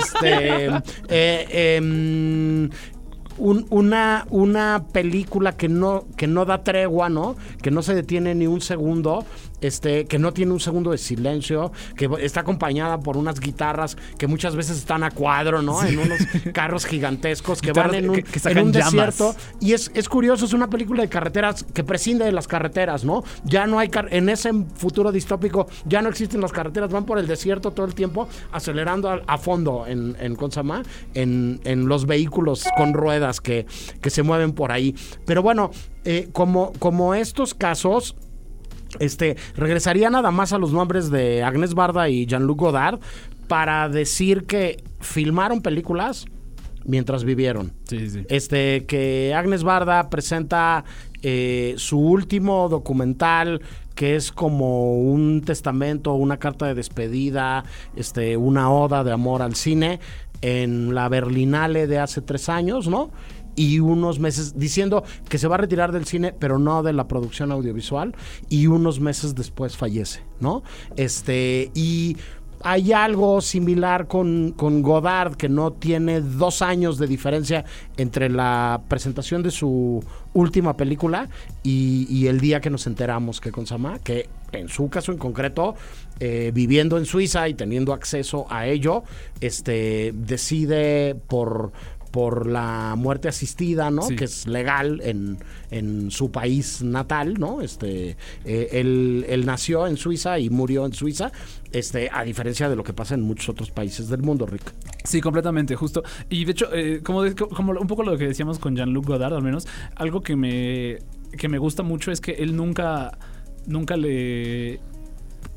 Una película que no da tregua, ¿no? Que no se detiene ni un segundo, que no tiene un segundo de silencio, que está acompañada por unas guitarras que muchas veces están a cuadro, ¿no? En unos carros gigantescos que van en un desierto. Y es curioso, es una película de carreteras que prescinde de las carreteras, ¿no? Ya no hay en ese futuro distópico, ya no existen las carreteras, van por el desierto todo el tiempo, acelerando a fondo en Consama, en los vehículos con ruedas que se mueven por ahí. Pero bueno, como estos casos, regresaría nada más a los nombres de Agnès Varda y Jean-Luc Godard para decir que filmaron películas mientras vivieron. Sí. Que Agnès Varda presenta su último documental, que es como un testamento, una carta de despedida, una oda de amor al cine, en la Berlinale de hace 3 años, ¿no? Y unos meses diciendo que se va a retirar del cine, pero no de la producción audiovisual, y unos meses después fallece, ¿no? Y hay algo similar con Godard, que no tiene 2 años de diferencia entre la presentación de su última película y el día que nos enteramos que Consama, que en su caso en concreto, viviendo en Suiza y teniendo acceso a ello, decide por la muerte asistida, ¿no? Sí. Que es legal en su país natal, ¿no? Él nació en Suiza y murió en Suiza, a diferencia de lo que pasa en muchos otros países del mundo, Rick. Sí, completamente, justo. Y de hecho, como un poco lo que decíamos con Jean-Luc Godard, al menos, algo que me gusta mucho es que él nunca le...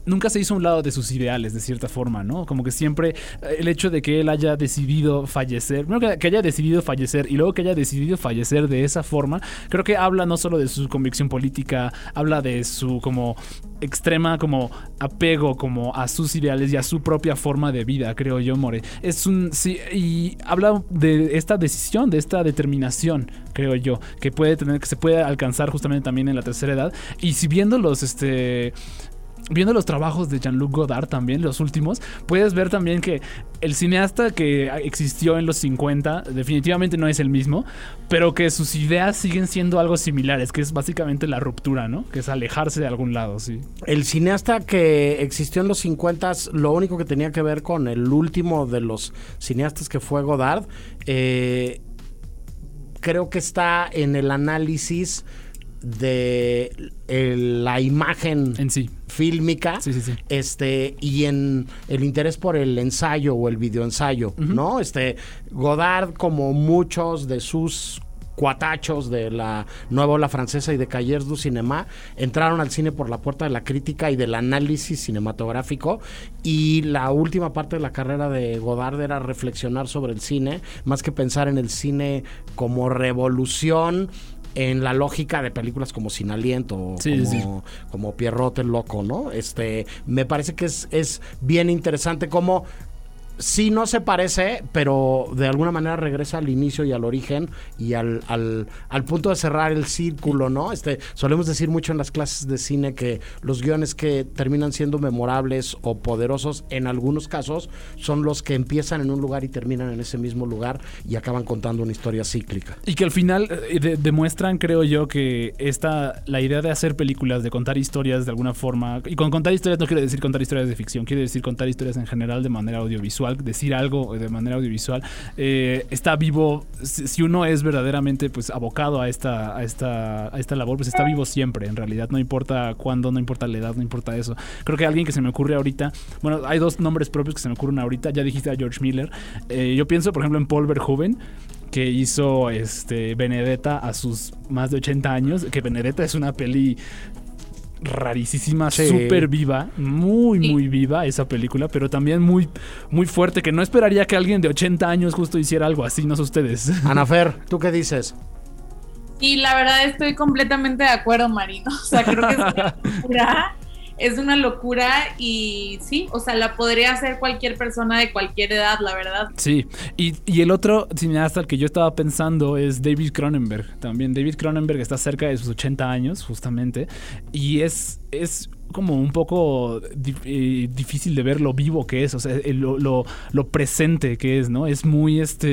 nunca se hizo a un lado de sus ideales, de cierta forma, ¿no? Como que siempre el hecho de que él haya decidido fallecer, primero que haya decidido fallecer y luego que haya decidido fallecer de esa forma, creo que habla no solo de su convicción política, habla de su como extrema como apego como a sus ideales y a su propia forma de vida, creo yo, More. Sí, y habla de esta decisión, de esta determinación, creo yo, que se puede alcanzar justamente también en la tercera edad. Y si viendo los trabajos de Jean-Luc Godard también, los últimos, puedes ver también que el cineasta que existió en los 50 definitivamente no es el mismo, pero que sus ideas siguen siendo algo similares, que es básicamente la ruptura, ¿no? Que es alejarse de algún lado, sí. El cineasta que existió en los 50, lo único que tenía que ver con el último de los cineastas que fue Godard, creo que está en el análisis de la imagen en sí fílmica, sí. Y en el interés por el ensayo o el videoensayo, ¿no? Godard, como muchos de sus cuatachos de la nueva ola francesa y de Cahiers du Cinéma, entraron al cine por la puerta de la crítica y del análisis cinematográfico, y la última parte de la carrera de Godard era reflexionar sobre el cine, más que pensar en el cine como revolución en la lógica de películas como Sin Aliento, como Pierrot el Loco, ¿no? Me parece que es bien interesante cómo sí no se parece, pero de alguna manera regresa al inicio y al origen y al punto de cerrar el círculo, ¿no? Solemos decir mucho en las clases de cine que los guiones que terminan siendo memorables o poderosos en algunos casos son los que empiezan en un lugar y terminan en ese mismo lugar y acaban contando una historia cíclica. Y que al final demuestran, creo yo, que la idea de hacer películas, de contar historias de alguna forma, y con contar historias no quiero decir contar historias de ficción, quiero decir contar historias en general de manera audiovisual, decir algo de manera audiovisual, está vivo. Si uno es verdaderamente pues abocado a esta labor, pues está vivo siempre, en realidad, no importa cuándo, no importa la edad, no importa eso. Creo que alguien que se me ocurre ahorita, bueno, hay dos nombres propios que se me ocurren ahorita, ya dijiste a George Miller, yo pienso por ejemplo en Paul Verhoeven, que hizo Benedetta a sus más de 80 años, que Benedetta es una peli rarísima, súper viva, muy viva esa película, pero también muy, muy fuerte, que no esperaría que alguien de 80 años justo hiciera algo así, no sé ustedes. Anafer, ¿tú qué dices? Y la verdad estoy completamente de acuerdo, Marino, o sea, creo que es una locura y sí, o sea, la podría hacer cualquier persona de cualquier edad, la verdad. Sí, y el otro cineasta al que yo estaba pensando es David Cronenberg. También David Cronenberg está cerca de sus 80 años, justamente, y es como un poco difícil de ver lo vivo que es, o sea, lo presente que es, ¿no? Es muy, está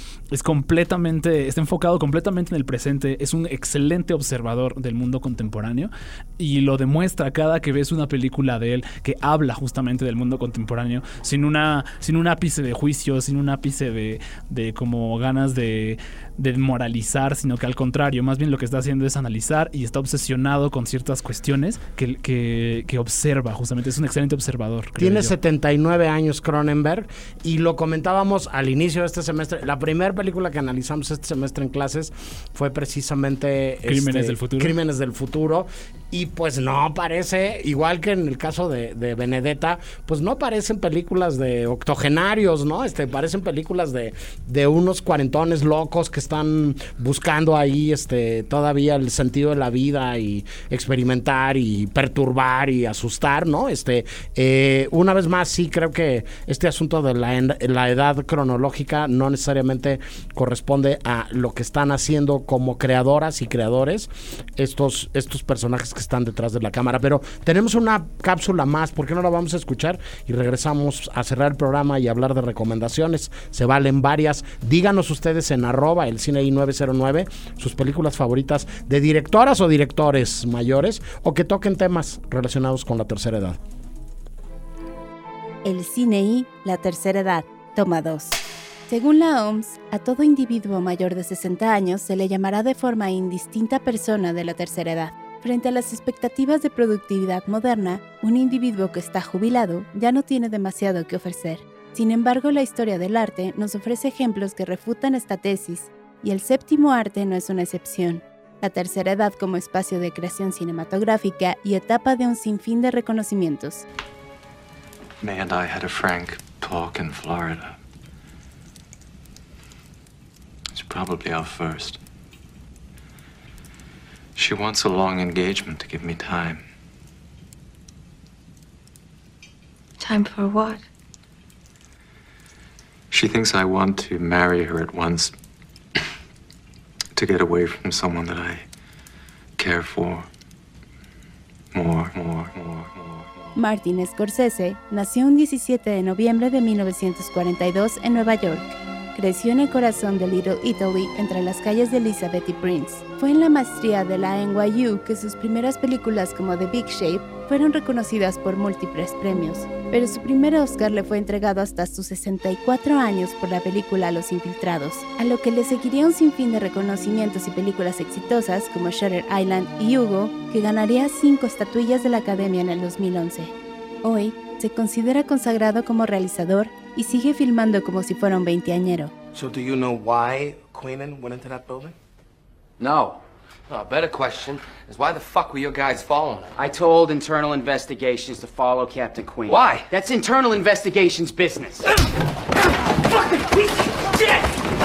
enfocado completamente en el presente, es un excelente observador del mundo contemporáneo y lo demuestra cada que ves una película de él que habla justamente del mundo contemporáneo, sin un ápice de juicio, sin un ápice de como ganas de moralizar, sino que al contrario, más bien lo que está haciendo es analizar y está obsesionado con ciertas cuestiones que observa, justamente es un excelente observador. Tiene 79 años Cronenberg y lo comentábamos al inicio de este semestre. La primera película que analizamos este semestre en clases fue precisamente Crímenes del Futuro, y pues no parece, igual que en el caso de Benedetta, pues no parecen películas de octogenarios, ¿no? Parecen películas de unos cuarentones locos que están buscando ahí todavía el sentido de la vida y experimentar y perturbar y asustar, ¿no? Una vez más, sí creo que este asunto de la edad cronológica no necesariamente corresponde a lo que están haciendo como creadoras y creadores estos personajes que están detrás de la cámara. Pero tenemos una cápsula más, ¿por qué no la vamos a escuchar? Y regresamos a cerrar el programa y hablar de recomendaciones. Se valen varias. Díganos ustedes en @elCineI909 sus películas favoritas de directoras o directores mayores o que toquen temas relacionados con la tercera edad. El cine y la tercera edad, toma 2. Según la OMS, a todo individuo mayor de 60 años se le llamará de forma indistinta persona de la tercera edad. Frente a las expectativas de productividad moderna, un individuo que está jubilado ya no tiene demasiado que ofrecer. Sin embargo, la historia del arte nos ofrece ejemplos que refutan esta tesis, y el séptimo arte no es una excepción. la tercera edad como espacio de creación cinematográfica y etapa de un sinfín de reconocimientos. May and I had a frank talk in Florida. It's probably our first. She wants a long engagement to give me time. Time for what? She thinks I want to marry her at once to get away from someone that I care for more. Martin Scorsese nació un 17 de noviembre de 1942 en Nueva York. Creció en el corazón de Little Italy, entre las calles de Elizabeth y Prince. Fue en la maestría de la NYU que sus primeras películas como The Big Shape fueron reconocidas por múltiples premios, pero su primer Oscar le fue entregado hasta sus 64 años por la película Los Infiltrados, a lo que le seguiría un sinfín de reconocimientos y películas exitosas como Shutter Island y Hugo, que ganaría 5 estatuillas de la Academia en el 2011. Hoy, se considera consagrado como realizador y sigue filmando como si fuera un veinteañero. So do you know why Queenan went into that building? No. No, a better question is why the fuck were your guys following her? I told Internal Investigations to follow Captain Queen. Why? That's Internal Investigations business. Fucking piece of shit!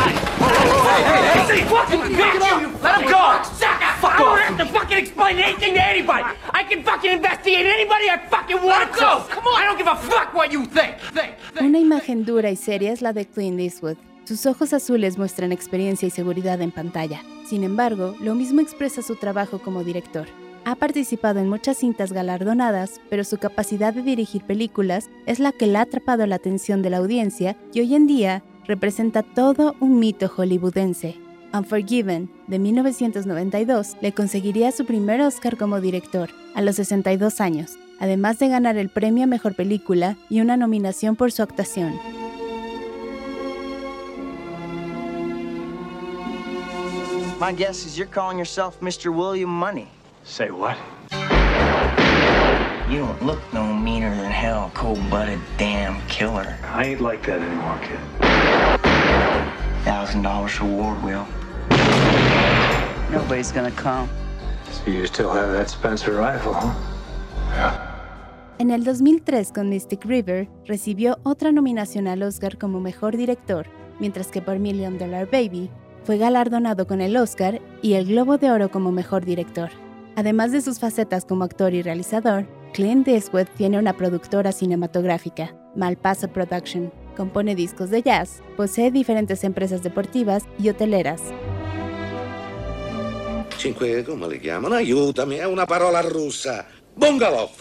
Hey, fucking bitch! Let him go! Fuck off! I don't have to fucking explain anything to anybody! I can fucking investigate anybody I fucking want to! Come on! I don't give a fuck what you think! Una imagen dura y seria es la de Clint Eastwood. Sus ojos azules muestran experiencia y seguridad en pantalla. Sin embargo, lo mismo expresa su trabajo como director. Ha participado en muchas cintas galardonadas, pero su capacidad de dirigir películas es la que le ha atrapado la atención de la audiencia y hoy en día representa todo un mito hollywoodense. Unforgiven, de 1992, le conseguiría su primer Oscar como director, a los 62 años, además de ganar el premio a Mejor Película y una nominación por su actuación. My guess is you're calling yourself Mr. William Money. Say what? You don't look no meaner than hell, cold-blooded damn killer. I ain't like that anymore, kid. $1,000 reward, Will. Nobody's gonna come. So you still have that Spencer rifle, huh? Yeah. En el 2003, con Mystic River, recibió otra nominación al Oscar como Mejor Director, mientras que por $1 Million Baby fue galardonado con el Oscar y el Globo de Oro como Mejor Director. Además de sus facetas como actor y realizador, Clint Eastwood tiene una productora cinematográfica, Malpaso Production, compone discos de jazz, posee diferentes empresas deportivas y hoteleras. Come le chiamano? Aiutami, è una parola russa. Bungalow!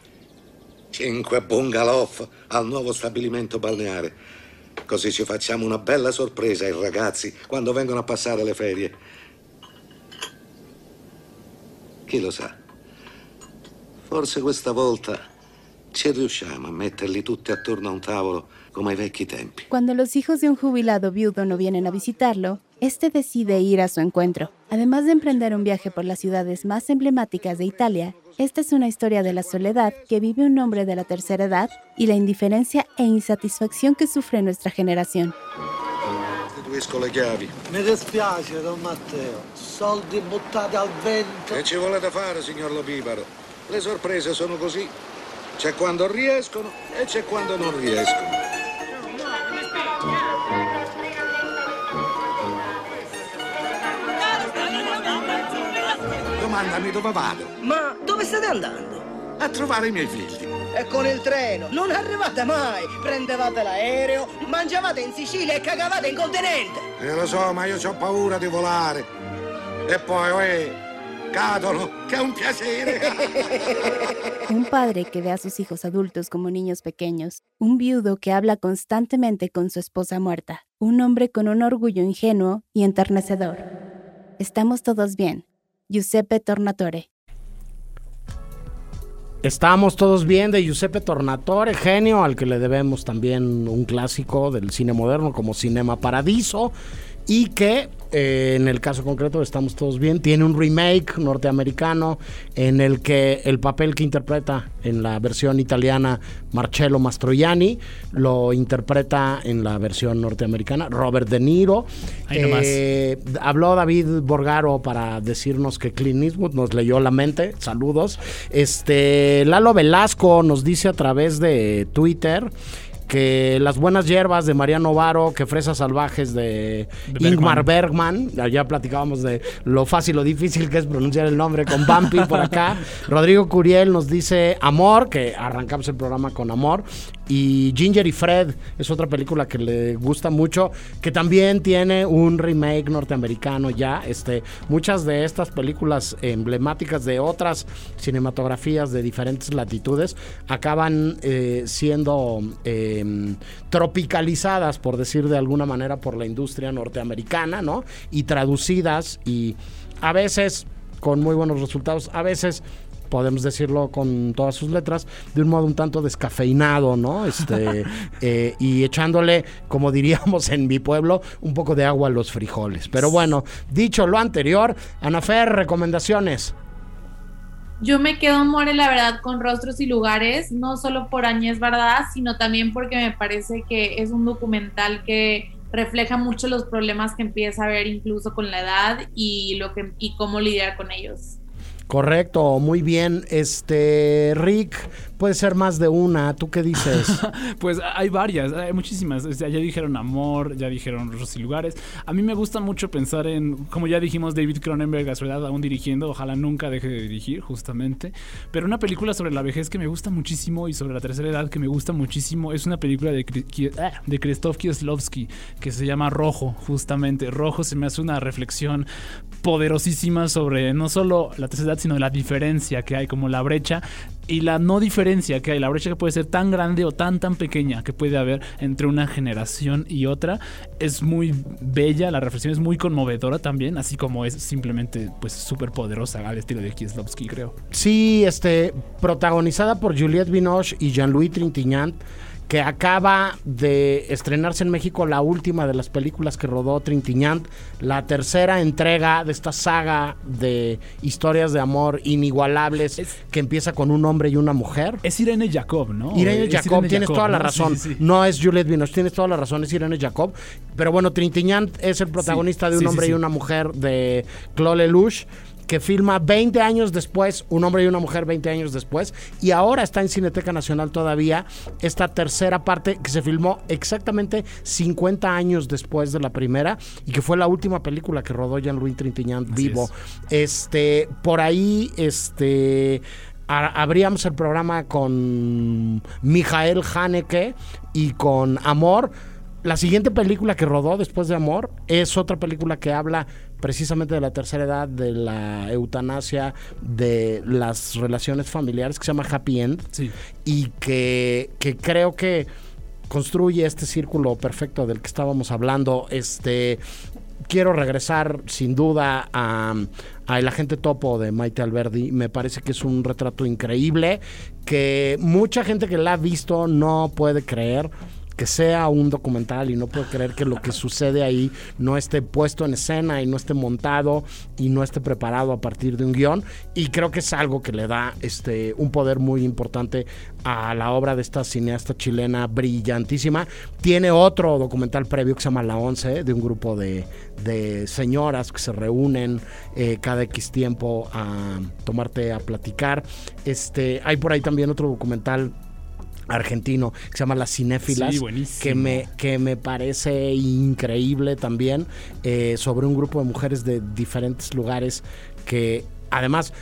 5 bungalow al nuovo stabilimento balneare. Così ci facciamo una bella sorpresa ai ragazzi quando vengono a passare le ferie. Chi lo sa? Forse questa volta ci riusciamo a metterli tutti attorno a un tavolo come ai vecchi tempi. Cuando los hijos de un jubilado viudo no vienen a visitarlo, este decide ir a su encuentro. Además de emprender un viaje por las ciudades más emblemáticas de Italia, esta es una historia de la soledad que vive un hombre de la tercera edad y la indiferencia e insatisfacción que sufre nuestra generación. Restituisco le chiavi. Mi dispiace, Don Matteo. Soldi buttati al vento. Che ci volete fare, signor Lopiparo? Le sorprese sono così. C'è quando riescono e c'è quando non riescono. Domandami dove vado. Ma dove state andando? A trovare i miei figli. E con il treno? Non arrivate mai! Prendevate l'aereo, mangiavate in Sicilia e cagavate in continente! Lo so, ma io ho paura di volare. E poi, cadono, che è un piacere! Un padre que ve a sus hijos adultos como niños pequeños, un viudo que habla constantemente con su esposa muerta, un hombre con un orgullo ingenuo y enternecedor. Estamos todos bien. Giuseppe Tornatore. Estamos todos bien, de Giuseppe Tornatore, genio al que le debemos también un clásico del cine moderno como Cinema Paradiso. y que en el caso concreto de Estamos Todos Bien tiene un remake norteamericano en el que el papel que interpreta en la versión italiana Marcello Mastroianni lo interpreta en la versión norteamericana Robert De Niro. Habló David Borgaro para decirnos que Clint Eastwood nos leyó la mente. Saludos. Lalo Velasco nos dice a través de Twitter que Las Buenas Hierbas de Mariano Varo, que Fresas Salvajes de Ingmar Bergman. Ya platicábamos de lo fácil o difícil que es pronunciar el nombre con Bumpy por acá. Rodrigo Curiel nos dice Amor, que arrancamos el programa con Amor. Y Ginger y Fred es otra película que le gusta mucho, que también tiene un remake norteamericano ya. Muchas de estas películas emblemáticas de otras cinematografías de diferentes latitudes acaban siendo tropicalizadas, por decir de alguna manera, por la industria norteamericana, ¿no? Y traducidas, y a veces con muy buenos resultados, a veces podemos decirlo con todas sus letras, de un modo un tanto descafeinado, ¿no? Y echándole, como diríamos en mi pueblo, un poco de agua a los frijoles. Pero bueno, dicho lo anterior, Ana Fer, recomendaciones. Yo me quedo, More, la verdad, con Rostros y Lugares, no solo por Añez Barda, sino también porque me parece que es un documental que refleja mucho los problemas que empieza a haber incluso con la edad y cómo lidiar con ellos. Correcto, muy bien. Rick, puede ser más de una. ¿Tú qué dices? Pues hay varias, hay muchísimas. Ya dijeron Amor, ya dijeron Rostros y Lugares. A mí me gusta mucho pensar en, como ya dijimos, David Cronenberg a su edad aún dirigiendo. Ojalá nunca deje de dirigir, justamente. Pero una película sobre la vejez que me gusta muchísimo y sobre la tercera edad que me gusta muchísimo es una película de Krzysztof Kieslowski que se llama Rojo, justamente. Rojo se me hace una reflexión poderosísima sobre no solo la tercera edad, sino la diferencia que hay, como la brecha y la no diferencia que hay, la brecha que puede ser tan grande o tan pequeña que puede haber entre una generación y otra. Es muy bella, la reflexión es muy conmovedora también, así como es simplemente pues súper poderosa al estilo de Kieslowski, creo. Sí, protagonizada por Juliette Binoche y Jean-Louis Trintignant, que acaba de estrenarse en México la última de las películas que rodó Trintignant, la tercera entrega de esta saga de historias de amor inigualables que empieza con un hombre y una mujer. Es Irene Jacob, ¿no? Irene Jacob, tienes toda la razón. Sí. No es Juliette Binoche, tienes toda la razón, es Irene Jacob. Pero bueno, Trintignant es el protagonista de un hombre y una mujer de Claude Lelouch, que filma 20 años después, Un hombre y una mujer 20 años después, y ahora está en Cineteca Nacional todavía esta tercera parte que se filmó exactamente 50 años después de la primera y que fue la última película que rodó Jean-Louis Trintignant vivo. Por ahí abríamos el programa con Michael Haneke y con Amor. La siguiente película que rodó después de Amor es otra película que habla precisamente de la tercera edad, de la eutanasia, de las relaciones familiares, que se llama Happy End, y que creo que construye este círculo perfecto del que estábamos hablando. Quiero regresar sin duda a El agente topo de Maite Alberdi. Me parece que es un retrato increíble que mucha gente que la ha visto no puede creer que sea un documental y no puedo creer que lo que sucede ahí no esté puesto en escena y no esté montado y no esté preparado a partir de un guión, y creo que es algo que le da un poder muy importante a la obra de esta cineasta chilena brillantísima. Tiene otro documental previo que se llama La Once, de un grupo de señoras que se reúnen cada X tiempo a tomarte a platicar. Hay por ahí también otro documental argentino que se llama Las Cinéfilas, que me parece increíble también, sobre un grupo de mujeres de diferentes lugares que además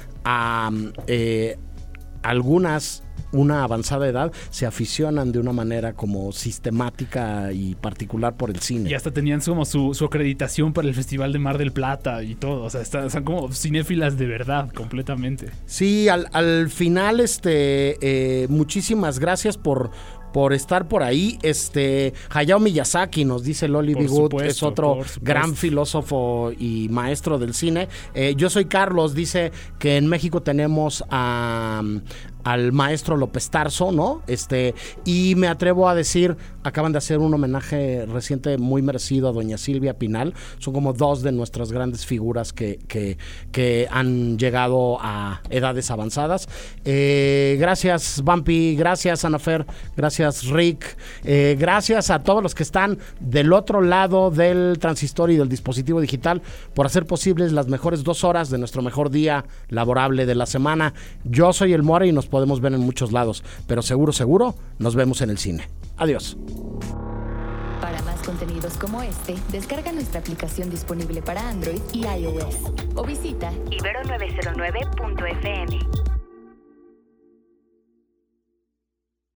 algunas, una avanzada edad, se aficionan de una manera como sistemática y particular por el cine. Y hasta tenían como su acreditación para el Festival de Mar del Plata y todo. O sea, están como cinéfilas de verdad, completamente. Sí, al final, muchísimas gracias por estar por ahí. Hayao Miyazaki, nos dice Loli Bigut, es otro gran filósofo y maestro del cine. Yo soy Carlos, dice que en México tenemos a al maestro López Tarso, ¿no? Y me atrevo a decir, acaban de hacer un homenaje reciente muy merecido a doña Silvia Pinal. Son como dos de nuestras grandes figuras que han llegado a edades avanzadas. Gracias, Vampi, gracias, Anafer, gracias, Rick, gracias a todos los que están del otro lado del transistor y del dispositivo digital por hacer posibles las mejores 2 horas de nuestro mejor día laborable de la semana. Yo soy el More y nos podemos ver en muchos lados, pero seguro nos vemos en el cine. Adiós. Para más contenidos como este, descarga nuestra aplicación disponible para Android y iOS o visita ibero909.fm.